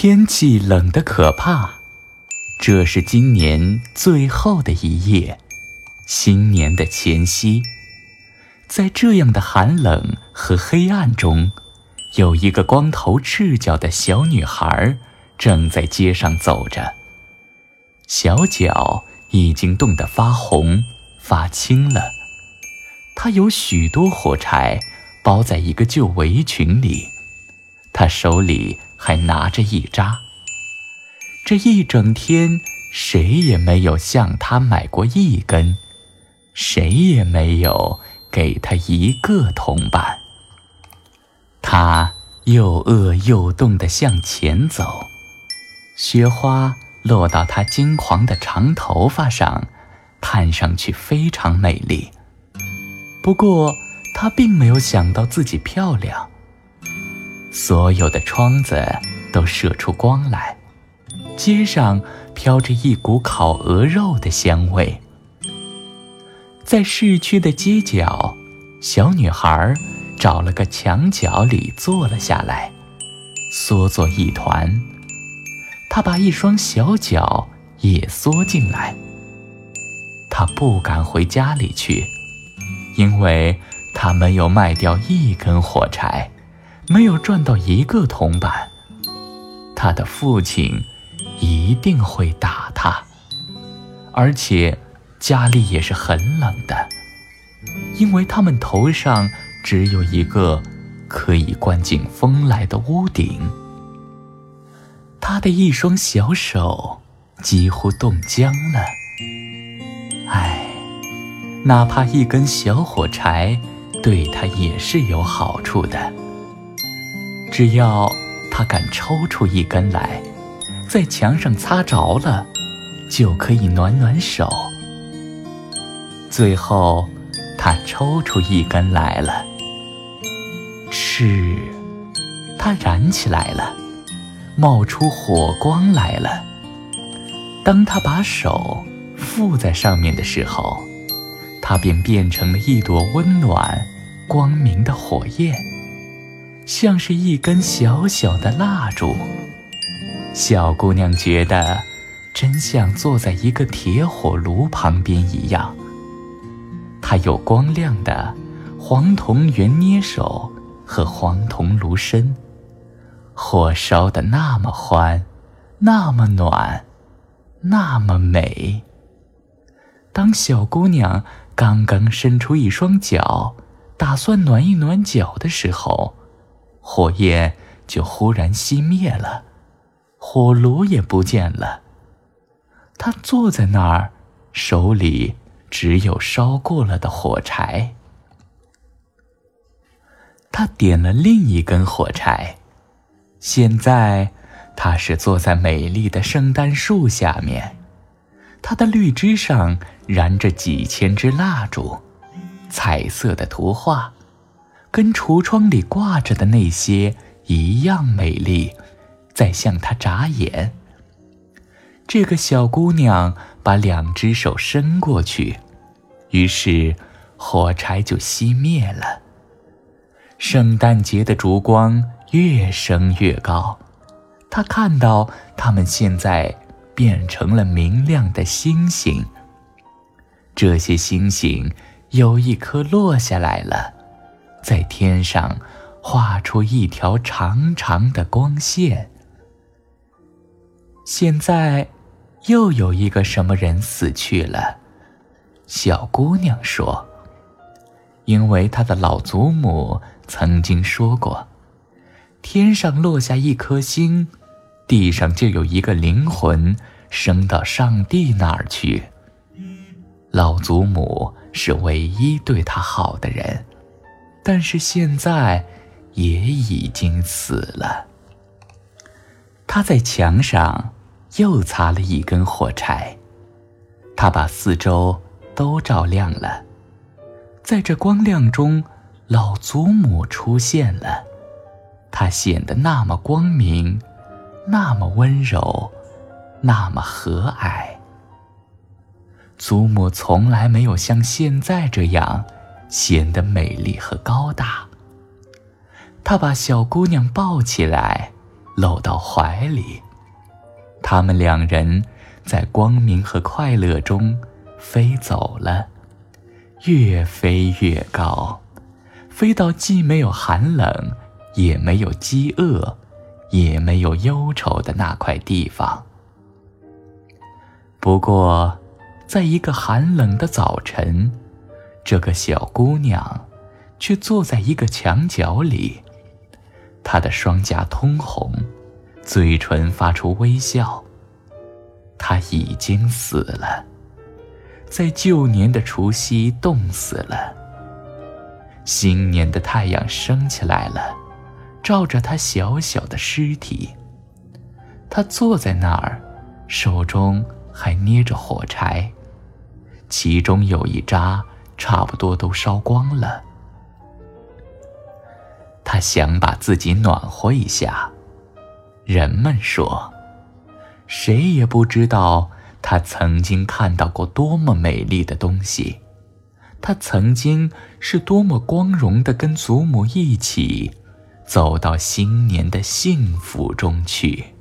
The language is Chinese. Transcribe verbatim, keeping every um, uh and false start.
天气冷得可怕，这是今年最后的一夜，新年的前夕。在这样的寒冷和黑暗中，有一个光头赤脚的小女孩正在街上走着，小脚已经冻得发红发青了。她有许多火柴包在一个旧围裙里，她手里还拿着一扎。这一整天谁也没有向她买过一根，谁也没有给她一个铜板。她又饿又冻地向前走，雪花落到她金黄的长头发上，看上去非常美丽。不过她并没有想到自己漂亮。所有的窗子都射出光来，街上飘着一股烤鹅肉的香味。在市区的街角，小女孩找了个墙角里坐了下来，缩作一团。她把一双小脚也缩进来。她不敢回家里去，因为她没有卖掉一根火柴，没有赚到一个铜板。她的父亲一定会打她，而且家里也是很冷的，因为他们头上只有一个可以灌进风来的屋顶。他的一双小手几乎冻僵了。唉，哪怕一根小火柴对他也是有好处的，只要他敢抽出一根来，在墙上擦着了，就可以暖暖手。最后他抽出一根来了，是，它燃起来了，冒出火光来了。当他把手附在上面的时候，它便变成了一朵温暖光明的火焰，像是一根小小的蜡烛。小姑娘觉得真像坐在一个铁火炉旁边一样。她有光亮的黄铜圆捏手和黄铜炉身，火烧得那么欢，那么暖，那么美。当小姑娘刚刚伸出一双脚，打算暖一暖脚的时候，火焰就忽然熄灭了，火炉也不见了。她坐在那儿，手里只有烧过了的火柴。他点了另一根火柴，现在他是坐在美丽的圣诞树下面，它的绿枝上燃着几千支蜡烛，彩色的图画跟橱窗里挂着的那些一样美丽，在向他眨眼。这个小姑娘把两只手伸过去，于是火柴就熄灭了。圣诞节的烛光越升越高，她看到它们现在变成了明亮的星星。这些星星有一颗落下来了，在天上画出一条长长的光线。现在又有一个什么人死去了，小姑娘说，因为她的老祖母曾经说过，天上落下一颗星，地上就有一个灵魂升到上帝那儿去。老祖母是唯一对她好的人，但是现在也已经死了。她在墙上又擦了一根火柴，她把四周都照亮了。在这光亮中，老祖母出现了，她显得那么光明，那么温柔，那么和蔼。祖母从来没有像现在这样显得美丽和高大。她把小姑娘抱起来， 搂到怀里。他们两人在光明和快乐中飞走了，越飞越高，飞到既没有寒冷，也没有饥饿，也没有忧愁的那块地方。不过，在一个寒冷的早晨，这个小姑娘却坐在一个墙角里，她的双颊通红，嘴唇发出微笑。她已经死了，在旧年的除夕冻死了。新年的太阳升起来了，照着她小小的尸体。她坐在那儿，手中还捏着火柴，其中有一扎差不多都烧光了。她想把自己暖和一下。人们说，谁也不知道她曾经看到过多么美丽的东西，她曾经是多么光荣地跟祖母一起走到新年的幸福中去。